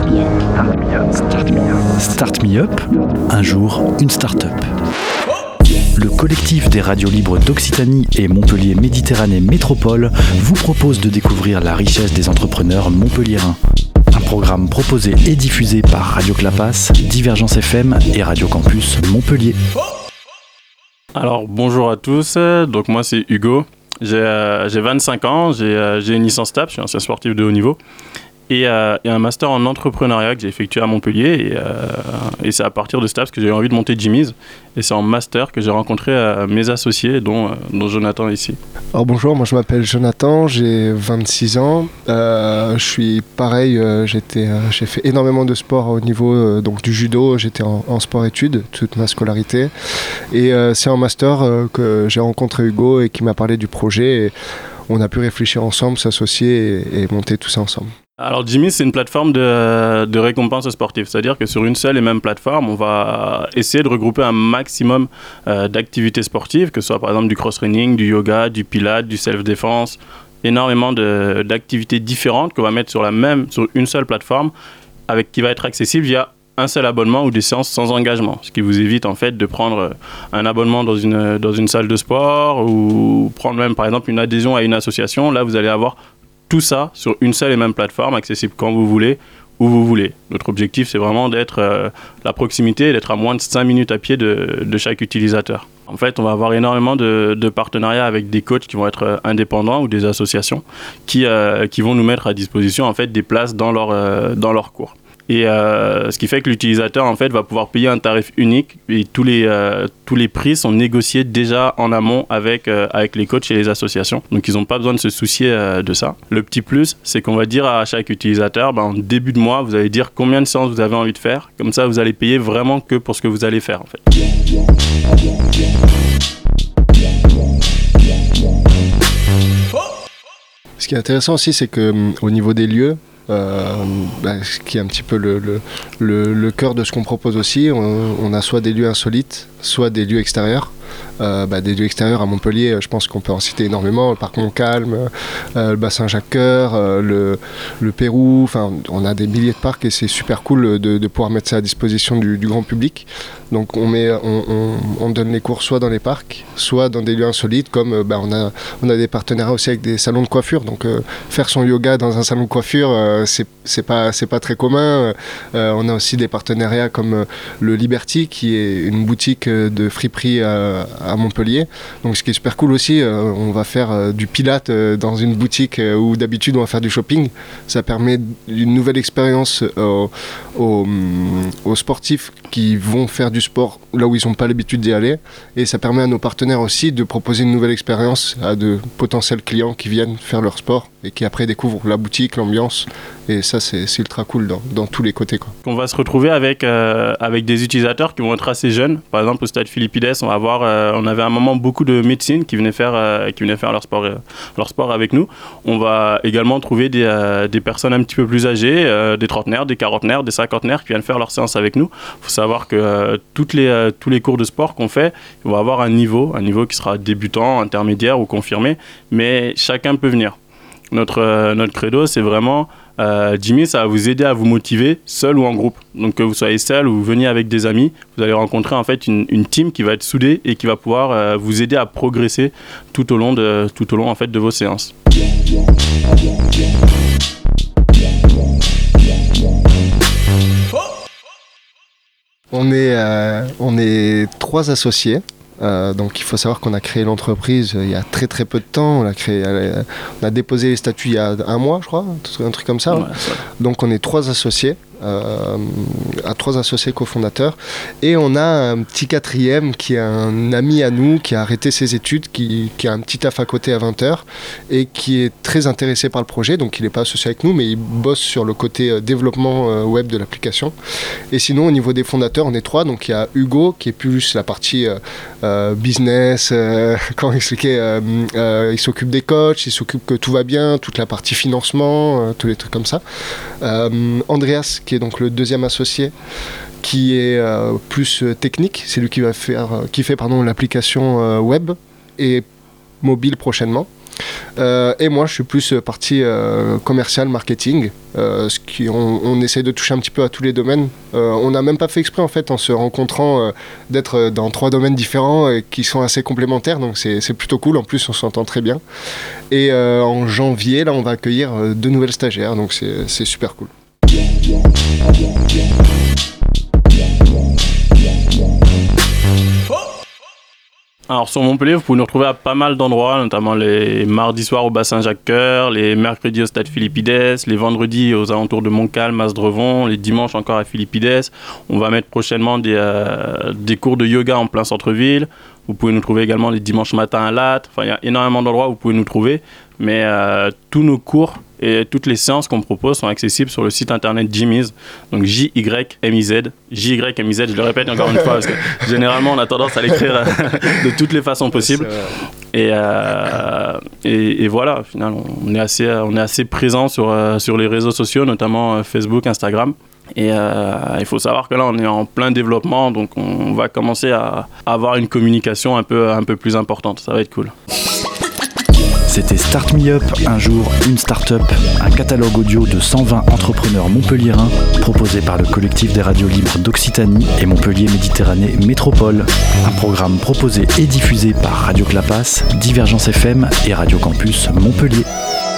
Start Me Up, un jour, une start-up. Le collectif des radios libres d'Occitanie et Montpellier Méditerranée Métropole vous propose de découvrir la richesse des entrepreneurs montpelliérains. Un programme proposé et diffusé par Radio Clapas, Divergence FM et Radio Campus Montpellier. Alors bonjour à tous, donc moi c'est Hugo, j'ai 25 ans, j'ai une licence TAPS, je suis ancien sportif de haut niveau et un master en entrepreneuriat que j'ai effectué à Montpellier et c'est à partir de ce TAPS que j'ai eu envie de monter Jimmy's et c'est en master que j'ai rencontré mes associés dont Jonathan ici. Alors bonjour, moi je m'appelle Jonathan, j'ai 26 ans, je suis pareil, j'ai fait énormément de sport au niveau donc du judo, j'étais en sport-études toute ma scolarité et c'est en master que j'ai rencontré Hugo et qui m'a parlé du projet et on a pu réfléchir ensemble, s'associer et monter tout ça ensemble. Alors Jimmy's, c'est une plateforme de récompense sportive, c'est-à-dire que sur une seule et même plateforme, on va essayer de regrouper un maximum d'activités sportives, que ce soit par exemple du cross-training, du yoga, du pilates, du self-défense, énormément d'activités différentes qu'on va mettre sur une seule plateforme, qui va être accessible via un seul abonnement ou des séances sans engagement, ce qui vous évite en fait de prendre un abonnement dans une salle de sport ou prendre même par exemple une adhésion à une association. Là, vous allez avoir tout ça sur une seule et même plateforme, accessible quand vous voulez, où vous voulez. Notre objectif, c'est vraiment d'être la proximité, d'être à moins de 5 minutes à pied de chaque utilisateur. En fait, on va avoir énormément de partenariats avec des coachs qui vont être indépendants ou des associations qui vont nous mettre à disposition en fait, des places dans leur cours. Et ce qui fait que l'utilisateur en fait, va pouvoir payer un tarif unique et tous les prix sont négociés déjà en amont avec les coachs et les associations. Donc ils n'ont pas besoin de se soucier de ça. Le petit plus, c'est qu'on va dire à chaque utilisateur, en début de mois, vous allez dire combien de séances vous avez envie de faire. Comme ça, vous allez payer vraiment que pour ce que vous allez faire en fait. Ce qui est intéressant aussi, c'est qu'au niveau des lieux, ce qui est un petit peu le cœur de ce qu'on propose aussi, on a soit des lieux insolites, soit des lieux extérieurs. Des lieux extérieurs à Montpellier, je pense qu'on peut en citer énormément, le parc Montcalm, le bassin Jacques-Cœur, le Pérou, enfin on a des milliers de parcs et c'est super cool de pouvoir mettre ça à disposition du grand public. Donc on donne les cours soit dans les parcs, soit dans des lieux insolites comme on a des partenariats aussi avec des salons de coiffure. Donc faire son yoga dans un salon de coiffure, c'est pas très commun. On a aussi des partenariats comme le Liberty qui est une boutique de friperie à Montpellier. Donc ce qui est super cool aussi, on va faire du pilate dans une boutique où d'habitude on va faire du shopping. Ça permet une nouvelle expérience aux sportifs qui vont faire du sport là où ils n'ont pas l'habitude d'y aller et ça permet à nos partenaires aussi de proposer une nouvelle expérience à de potentiels clients qui viennent faire leur sport et qui après découvrent la boutique, l'ambiance et ça c'est ultra cool dans tous les côtés quoi. On va se retrouver avec des utilisateurs qui vont être assez jeunes. Par exemple au stade Philippides, on avait à un moment beaucoup de médecine qui venaient faire leur sport avec nous. On va également trouver des personnes un petit peu plus âgées, des trentenaires, des quarantenaires, des cinquantenaires qui viennent faire leur séance avec nous. Il faut savoir que tous les cours de sport qu'on fait, on va avoir un niveau qui sera débutant, intermédiaire ou confirmé, mais chacun peut venir. Notre credo, c'est vraiment Jimmy, ça va vous aider à vous motiver seul ou en groupe. Donc que vous soyez seul ou vous veniez avec des amis, vous allez rencontrer en fait une team qui va être soudée et qui va pouvoir vous aider à progresser tout au long en fait de vos séances. On est 3 associés. Donc il faut savoir qu'on a créé l'entreprise il y a très très peu de temps. On a déposé les statuts il y a 1 mois, je crois, un truc comme ça. Ouais, donc on est 3 associés. À 3 associés cofondateurs et on a un petit 4e qui est un ami à nous qui a arrêté ses études, qui a un petit taf à côté à 20h et qui est très intéressé par le projet, donc il n'est pas associé avec nous mais il bosse sur le côté développement web de l'application. Et sinon au niveau des fondateurs on est 3, donc il y a Hugo qui est plus la partie business, comment expliquer, il s'occupe des coachs, il s'occupe que tout va bien, toute la partie financement, tous les trucs comme ça. Andreas qui est donc le 2e associé qui est plus technique, c'est lui qui fait l'application web et mobile prochainement. Et moi, je suis plus partie commercial, marketing. On essaie de toucher un petit peu à tous les domaines. On n'a même pas fait exprès, en fait, en se rencontrant, d'être dans 3 domaines différents qui sont assez complémentaires. Donc, c'est plutôt cool. En plus, on s'entend très bien. Et en janvier, là, on va accueillir 2 nouvelles stagiaires. Donc, c'est super cool. Alors sur Montpellier, vous pouvez nous retrouver à pas mal d'endroits, notamment les mardis soirs au bassin Jacques-Cœur, les mercredis au stade Philippides, les vendredis aux alentours de Montcalm, As-Drevon, les dimanches encore à Philippides. On va mettre prochainement des cours de yoga en plein centre-ville. Vous pouvez nous trouver également les dimanches matins à Lattre. Enfin, il y a énormément d'endroits où vous pouvez nous trouver. Mais tous nos cours et toutes les séances qu'on propose sont accessibles sur le site internet Jimiz. Donc J-Y-M-I-Z. J-Y-M-I-Z, je le répète encore une fois, parce que généralement on a tendance à l'écrire de toutes les façons possibles. Et voilà, au final, on est assez présent sur les réseaux sociaux, notamment Facebook, Instagram. Et il faut savoir que là, on est en plein développement, donc on va commencer à avoir une communication un peu plus importante. Ça va être cool. C'était Start Me Up, un jour, une start-up, un catalogue audio de 120 entrepreneurs montpelliérains proposé par le collectif des radios libres d'Occitanie et Montpellier Méditerranée Métropole. Un programme proposé et diffusé par Radio Clapas, Divergence FM et Radio Campus Montpellier.